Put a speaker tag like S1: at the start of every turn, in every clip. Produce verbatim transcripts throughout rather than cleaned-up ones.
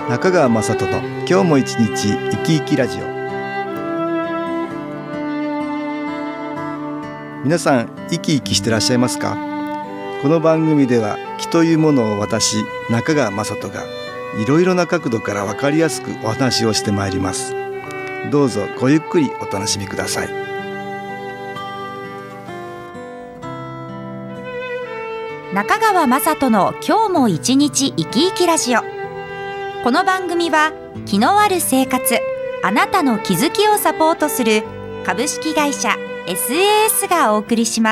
S1: 中川雅人の今日も一日生き生きラジオ。皆さん生き生きしてらっしゃいますか？この番組では気というものを私中川雅人がいろいろな角度から分かりやすくお話をしてまいります。どうぞごゆっくりお楽しみください。
S2: 中川雅人の今日も一日生き生きラジオ。この番組は気のある生活、あなたの気づきをサポートする株式会社 エスエーエス がお送りします。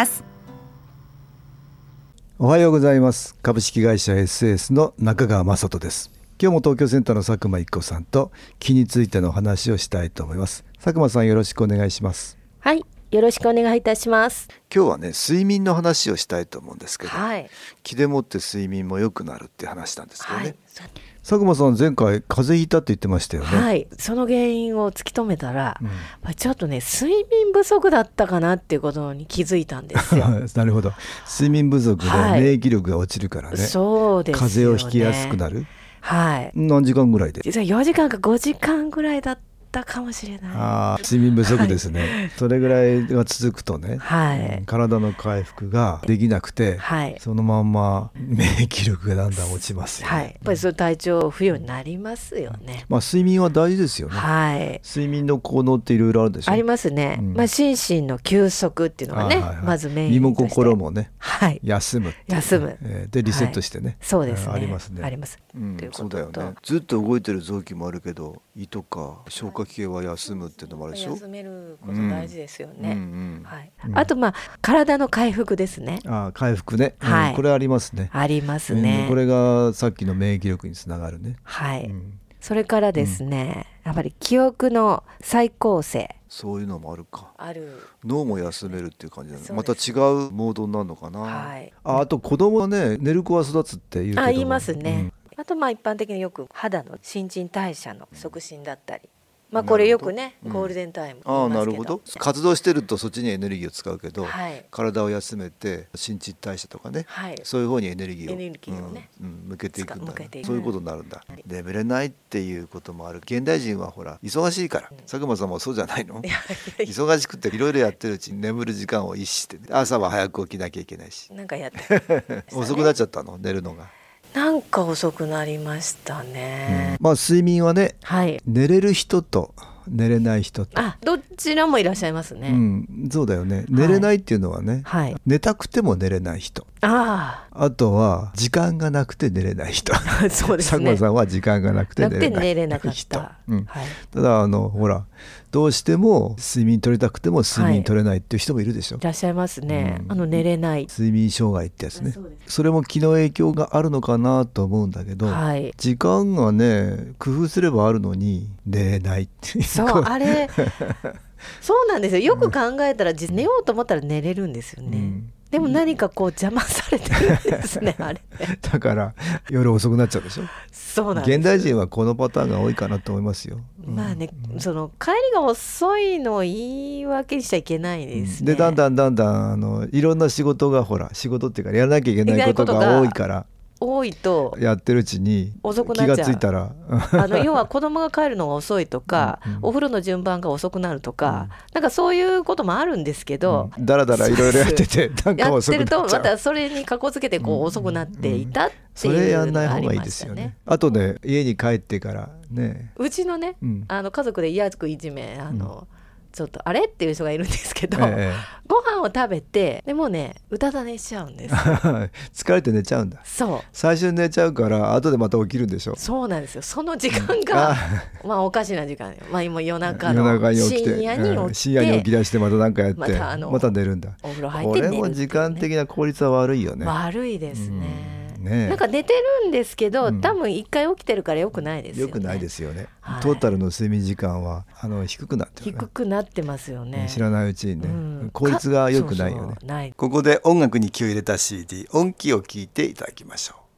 S1: おはようございます。株式会社 エスエーエス の中川雅人です。今日も東京センターの佐久間一子さんと気についての話をしたいと思います。佐久間さん、よろしくお願いします。
S3: はい、よろしくお願いいたします。
S1: 今日はね、睡眠の話をしたいと思うんですけど、
S3: はい、
S1: 気でもって睡眠も良くなるって話なんですよね、
S3: はい、
S1: 佐久間さん、前回風邪ひいたって言ってましたよね。
S3: はい、その原因を突き止めたら、
S1: うん、
S3: ちょっとね睡眠不足だったかなっていうことに気づいたんですよ
S1: なるほど。睡眠不足で
S3: はい
S1: 免疫力が落ちるからね、
S3: そうですよね、
S1: 風邪をひきやすくなる。
S3: はい、
S1: 何時間ぐらいで？
S3: 実はよじかんかごじかんぐらいだったかもしれない。
S1: あ、睡眠不足ですね、はい、それぐらいが続くとね、
S3: はい、
S1: 体の回復ができなくて、はい、そのまんま免疫力がだんだん落ちますよね、はい、やっ
S3: ぱりそういう体調不良になりますよね、
S1: まあ、睡眠は大事ですよね、はい、睡眠の効能っていろいろあるでしょ。
S3: ありますね、うんまあ、心身の休息っていうのがね、はいはい、まずメインとして
S1: 身も心もね、
S3: はい、
S1: 休む
S3: 休む、
S1: えー、でリセットしてね、はい、
S3: そうですね、
S1: ありますね、
S3: あります、
S1: うん、そうだよね。ずっと動いてる臓器もあるけど胃とか消化器系は休むっていうのもあるでしょ。
S3: 休めること大事ですよね、うんうんはい
S1: うん、
S3: あとまあ体の回復ですね。
S1: あ、回復ね、
S3: はい、
S1: うん、これありますね。
S3: ありますね、
S1: うん、これがさっきの免疫力につながるね。
S3: はい、うん、それからですね、うん、やっぱり記憶の再構成、
S1: そういうのもあるか。
S3: ある。
S1: 脳も休めるっていう感じだね。また違うモードになるのかな、はい、あ, あと子供はね、寝る子は育つっていうけども、
S3: あ、言いますね、うん、あとまあ一般的によく肌の新陳代謝の促進だったり、まあ、これよくね、ゴールデンタイム言いますけど、あ、なるほど。
S1: 活動してるとそっちにエネルギーを使うけど、
S3: はい、
S1: 体を休めて新陳代謝とかね、はい、そういう方にエネルギーを、エネルギーをね、うんうん、向けていくんだ、ね、そういうことになるんだ、はい、眠れないっていうこともある。現代人はほら忙しいから、うん、佐久間さんもそうじゃないの？忙しくていろいろやってるうちに眠る時間を逸して、ね、朝は早く起きなきゃいけないし、
S3: なんかやって、ね、
S1: 遅くなっちゃったの、寝るのが。
S3: なんか遅くなりましたね、
S1: うん、まあ睡眠はね、はい、寝れる人と寝れない人と、
S3: あ、どちらもいらっしゃいますね、
S1: うん、そうだよね。寝れないっていうのはね、はい、寝たくても寝れない人、あ, あとは時間がなくて寝れない人
S3: そうですね、
S1: 佐久間さんは時間がなくて寝れない人、
S3: 寝れなかった、
S1: うんはい、ただあのほらどうしても睡眠取りたくても睡眠取れないっていう人もいるでしょ、はい、
S3: いらっしゃいますね、うん、あの寝れない
S1: 睡眠障害ってやつね。 そ, それも気の影響があるのかなと思うんだけど、はい、時間がね工夫すればあるのに寝れないっていう、
S3: そうあれそうなんですよ。よく考えたら、うん、寝ようと思ったら寝れるんですよね、うん、でも何かこう邪魔されてるんですねあれ
S1: だから夜遅くなっちゃうでしょ。
S3: そうなんです。
S1: 現代人はこのパターンが多いかなと思いますよ、
S3: うん、まあね、その帰りが遅いのを言い訳にしちゃいけないですね、
S1: でだんだんだんだんあのいろんな仕事がほら仕事っていうかやらなきゃいけないことが多いから
S3: 多いと
S1: やってるうちに気がついたら
S3: あの要は子供が帰るのが遅いとかうん、うん、お風呂の順番が遅くなるとか、うん、なんかそういうこともあるんですけど、
S1: うん、だらだらいろいろやっててなんか遅くなっちゃう、
S3: やってるとまたそれにかこつけてこう遅くなっていたっていうのがありましたね、うんうん、それやんない方がいいですよね。あとね、家に帰ってからね、 うちのね、うん、あの家族で嫌つくいじめ、あの、うんちょっとあれっていう人がいるんですけど、ええ、ご飯を食べてでもねうたた寝しちゃうんです
S1: 疲れて寝ちゃうんだ。そう最初に寝ちゃうから後でまた起きるんでしょ。
S3: そうなんですよ。その時間が、うん、まあおかしな時間、まあ、今夜中の
S1: 夜中に起きて
S3: 深夜に起きて、
S1: うん、深夜に起き出してまた何かやって、
S3: またあの
S1: また寝るんだ。
S3: お風呂入って寝るっていうね、
S1: これも時間的な効率は悪いよね。
S3: 悪いですね、うん
S1: ね、
S3: なんか寝てるんですけど、うん、多分一回起きてるからよくないですよね。
S1: よくないですよね、はい、トータルの睡眠時間はあの低くなってる、ね、
S3: 低くなってますよね。
S1: 知らないうちにね、うん、効率が良くないよね。
S3: そうそうない。
S1: ここで音楽に気を入れた シーディー 音気を聞いていただきましょう。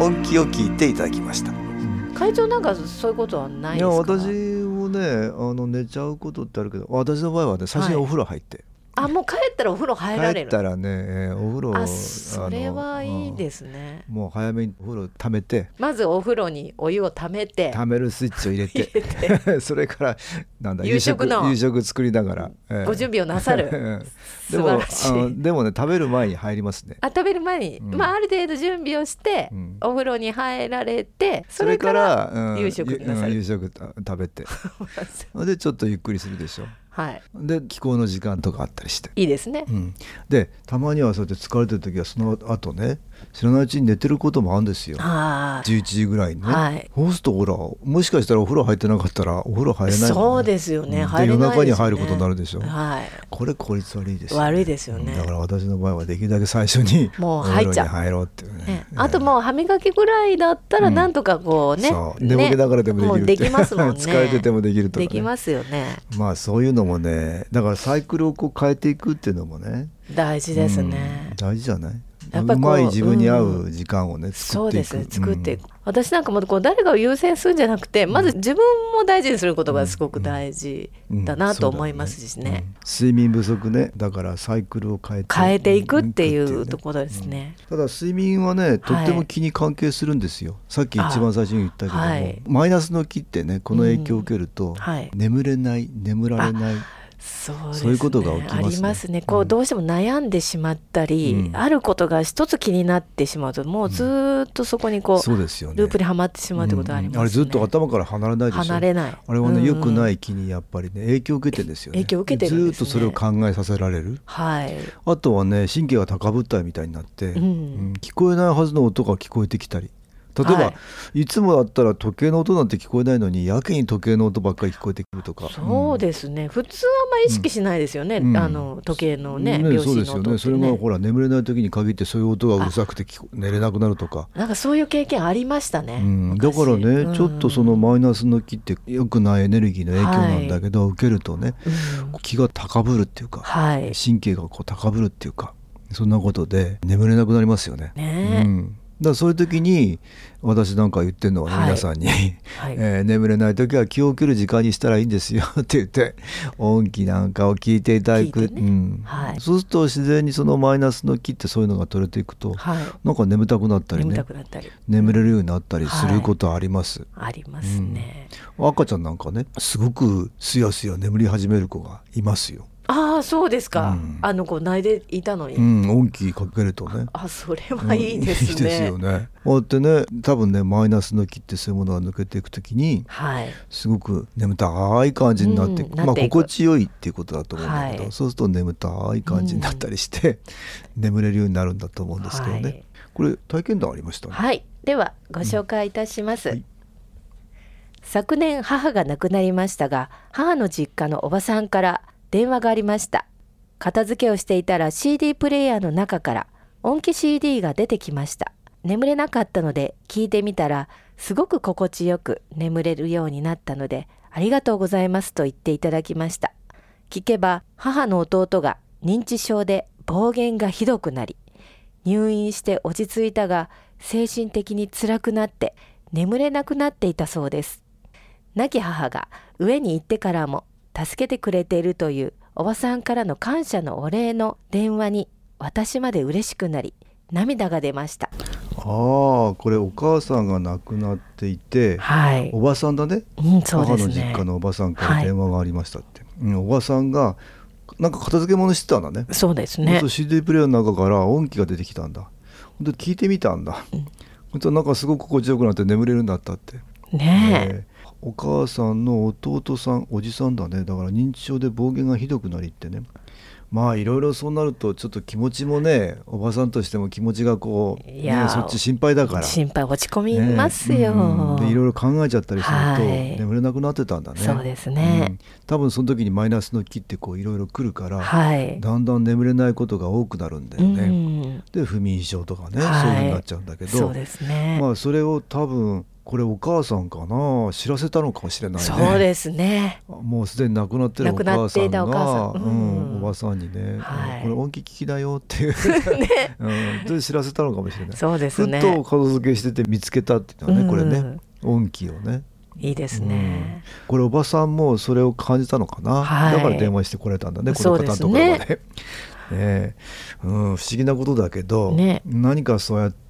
S1: 音気を聞いていただきました。
S3: 会長なんかそういうことはないですか？
S1: いや私もねあの寝ちゃうことってあるけど、私の場合はね最初にお風呂入って、
S3: はい、あもう帰ったらお風呂入られる。
S1: 帰ったらね、えー、お風呂
S3: あそれはいいですね。
S1: もう早めにお風呂溜めて、
S3: まずお風呂にお湯を溜めて
S1: 溜めるスイッチを入れて
S3: 入れて
S1: それからなんだ
S3: 夕食の
S1: 夕食作りながら、
S3: えー、ご準備をなさる
S1: でもあのでもね食べる前に入りますね。
S3: あ食べる前に、うんまあ、ある程度準備をして、うん、お風呂に入られてそれから夕食なさる、
S1: うん、夕食食べてでちょっとゆっくりするでしょ。
S3: はい、
S1: で気候の時間とかあったりして
S3: いいですね、
S1: うん、でたまにはそうやって疲れてる時はその後ね知らないうちに寝てることもあるんですよ。じゅういちじぐらいにね、はい、そうするとほらもしかしたらお風呂入ってなかったらお風呂入れないもんね。
S3: そうですよね、うん、入れないですね。
S1: 夜中に入ることになるでしょ、
S3: はい、
S1: これ効率悪いですよね。
S3: 悪いですよね。
S1: だから私の場合はできるだけ最初にもう入っちゃうお風呂に入ろうっていうね、ね
S3: あともう歯磨きぐらいだったらなんとかこうね、うん、
S1: そう寝ぼけながらでもできるって、ね、もうできますもんね疲れててもできるとか、ね、
S3: できますよね。
S1: まあそういうのもねだからサイクルをこう変えていくっていうのもね
S3: 大事ですね、
S1: うん、大事じゃない。やっぱりうまい自分に合う時間をね、うん、作っていく。
S3: そうですね作っていく、うん、私なんかもこう誰かを優先するんじゃなくてまず自分も大事にすることがすごく大事だなと思いますしね、うんうんね
S1: うん、睡眠不足ねだからサイクルを変えて
S3: 変えていくっていうところですね、
S1: うん、ただ睡眠はねとっても気に関係するんですよ、はい、さっき一番最初に言ったけども、はい、マイナスの気ってねこの影響を受けると、うんはい、眠れない眠られない
S3: そうですね、
S1: そういうことが起きますね。
S3: ありますね。こうどうしても悩んでしまったり、うん、あることが一つ気になってしまうともうずっとそこにこう、うんそうですよね、ループにはまってしまうってことがありますね、うん、
S1: あれずっと頭から離れないでしょ。
S3: 離れない。
S1: あれはね、うん、良くない気にやっぱりね影響を受けてるんですよね。
S3: 影響を受けてるんですね。
S1: ずっとそれを考えさせられる、はい、あとはね神経が高ぶったみたいになって、うんうん、聞こえないはずの音が聞こえてきたり、例えば、はい、いつもだったら時計の音なんて聞こえないのにやけに時計の音ばっかり聞こえてくるとか。
S3: そうですね、うん、普通はあんまり意識しないですよね、うん、あの時計のね、
S1: ね
S3: 秒針の音ってね。
S1: そうですよね。それもほら眠れない時に限ってそういう音がうるさくて寝れなくなるとか、
S3: なんかそういう経験ありましたね、
S1: うん、だからね、うん、ちょっとそのマイナスの気って良くないエネルギーの影響なんだけど、はい、受けるとね、うん、気が高ぶるっていうか、はい、神経がこう高ぶるっていうかそんなことで眠れなくなりますよね。ね、うんだからそういう時に私なんか言ってるのは、ねはい、皆さんに、はいえー、眠れない時は気を受ける時間にしたらいいんですよって言って音気なんかを聞いていただく、ねうんはい、そうすると自然にそのマイナスの気ってそういうのが取れていくと、はい、なんか眠たくなったりね眠たくなったり眠れるようになったりすることはあります、
S3: はい、ありますね、
S1: うん、赤ちゃんなんかねすごくすやすや眠り始める子がいますよ。
S3: ああそうですか、うん、あの子泣いていたのに、
S1: うん、音気かけるとね
S3: あそれはいいですね、
S1: うん、いいですよね。こうやってね多分ねマイナスの気ってそういうものが抜けていくときに、はい、すごく眠たい感じになっていく、うん、まあ心地よいっていうことだと思うんだけど、はい、そうすると眠たい感じになったりして、うん、眠れるようになるんだと思うんですけどね、はい、これ体験談ありましたね。
S3: はいではご紹介いたします、うんはい、昨年母が亡くなりましたが母の実家のおばさんから電話がありました。片付けをしていたら シーディー プレイヤーの中から音気 シーディー が出てきました。眠れなかったので聞いてみたらすごく心地よく眠れるようになったのでありがとうございますと言っていただきました。聞けば母の弟が認知症で暴言がひどくなり入院して落ち着いたが精神的に辛くなって眠れなくなっていたそうです。亡き母が上に行ってからも助けてくれているというおばさんからの感謝のお礼の電話に私まで嬉しくなり涙が出ました。
S1: ああこれお母さんが亡くなっていて、はい、おばさんだね、うん、そうですね、母の実家のおばさんから電話がありましたって、はいうん、おばさんがなんか片付け物してたんだね。
S3: そうですね。
S1: シーディー プレイヤーの中から音気が出てきたんだ。で聞いてみたんだ、うん、なんかすごく心地よくなって眠れるんだったってねえ、えーお母さんの弟さんおじさんだね。だから認知症で暴言がひどくなりってね、まあいろいろそうなるとちょっと気持ちもねおばさんとしても気持ちがこう、ね、そっち心配だから
S3: 心配落ち込みますよ、
S1: ねうん、でいろいろ考えちゃったりすると、はい、眠れなくなってたんだね。
S3: そうですね、うん、
S1: 多分その時にマイナスの気ってこういろいろ来るから、はい、だんだん眠れないことが多くなるんだよね、うん、で不眠症とかね、はい、そういう風になっちゃうんだけど、
S3: そうですね、
S1: まあそれを多分これお母さんかな、知らせたのかもしれないね。
S3: そうですね。
S1: もうすでに亡くなってるお母さんが、
S3: 亡くなっていたお母さん、うん、
S1: おばさんにね、
S3: はい、
S1: これ音気聞きだよっていう、ねうん、知らせたのかもしれない。
S3: そうですね。
S1: ふっと片付けしてて見つけたっていうのはね、これね、音気をね。
S3: いいですね、
S1: うん、これおばさんもそれを感じたのかな、はい、だから電話してこられたんだね、この方のところまで。ねうん、不思議なことだけど、ね、何かそうやって、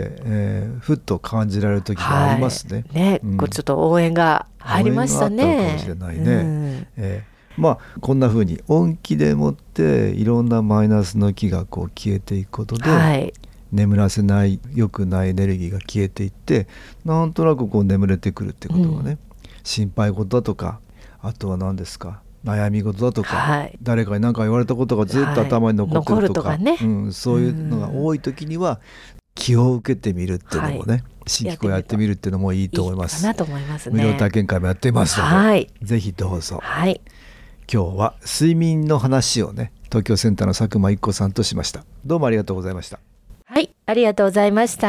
S1: えー、ふっと感じられる時がありますね。
S3: はい、ね、うん、こうちょっと応援が入りましたね。
S1: 応援があったのかもしれないね。うんえー、まあこんな風に音気でもっていろんなマイナスの気がこう消えていくことで、はい、眠らせない良くないエネルギーが消えていって、なんとなくこう眠れてくるってことがね、うん、心配事だとか、あとは何ですか、悩み事だとか、はい、誰かに何か言われたことがずっと頭に残ってるとか、はいとかねうん、そういうのが多い時には気を受けてみるっていうのもね、はい、新機構やってみるっていうのもいいと思います。
S3: いいかなと思いますね。
S1: 無料体験会もやっていますので、はい、ぜひどうぞ、はい、今日は睡眠の話をね、東京センターの佐久間一子さんとしました。どうもありがとうございました。
S3: はい、ありがとうございました。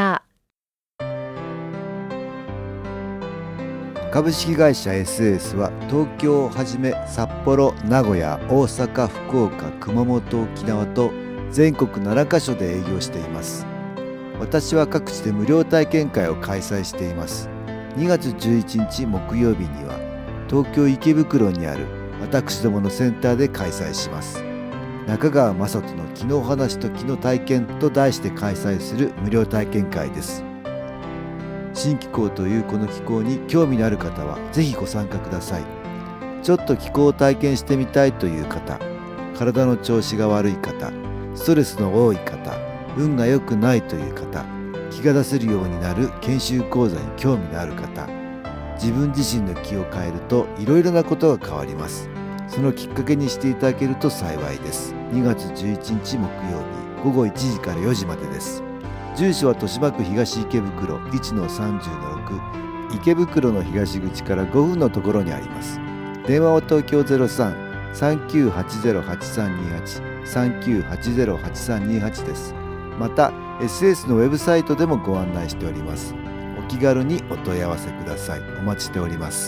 S1: 株式会社 エスエーエス は東京をはじめ札幌、名古屋、大阪、福岡、熊本、沖縄と全国ななカ所で営業しています。私は各地で無料体験会を開催しています。にがつじゅういちにち木曜日には東京池袋にある私どものセンターで開催します。中川雅人の気の話と気の体験と題して開催する無料体験会です。新気候というこの気候に興味のある方はぜひご参加ください。ちょっと気候を体験してみたいという方、体の調子が悪い方、ストレスの多い方、運が良くないという方、気が出せるようになる研修講座に興味のある方、自分自身の気を変えるといろいろなことが変わります。そのきっかけにしていただけると幸いです。にがつじゅういちにち木曜日ごごいちじからよじまでです。住所は豊島区東池袋 いちのさんじゅうのろく、池袋の東口からごふんのところにあります。電話は東京 ゼロさん さんきゅうはちゼロ はちさんにはち さんきゅうはちゼロ はちさんにはち です。また エスエス のウェブサイトでもご案内しております。お気軽にお問い合わせください。お待ちしております。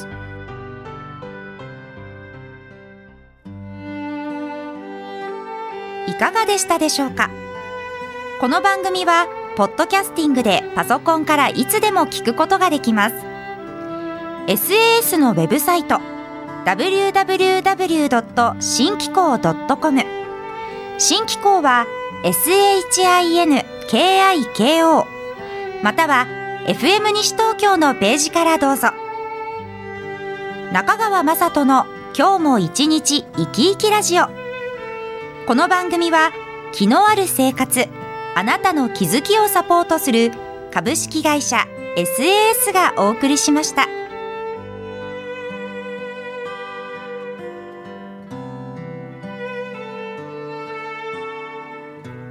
S2: いかがでしたでしょうか。この番組はポッドキャスティングでパソコンからいつでも聞くことができます。 エスエーエス のウェブサイト ダブリューダブリューダブリュードットシンキコードットコム、 新気候は エスエイチアイエヌケーアイケーオー または エフエム 西東京のページからどうぞ。中川雅人の今日も一日生き生きラジオ。この番組は気のある生活、あなたの気づきをサポートする株式会社 エスエーエス がお送りしました。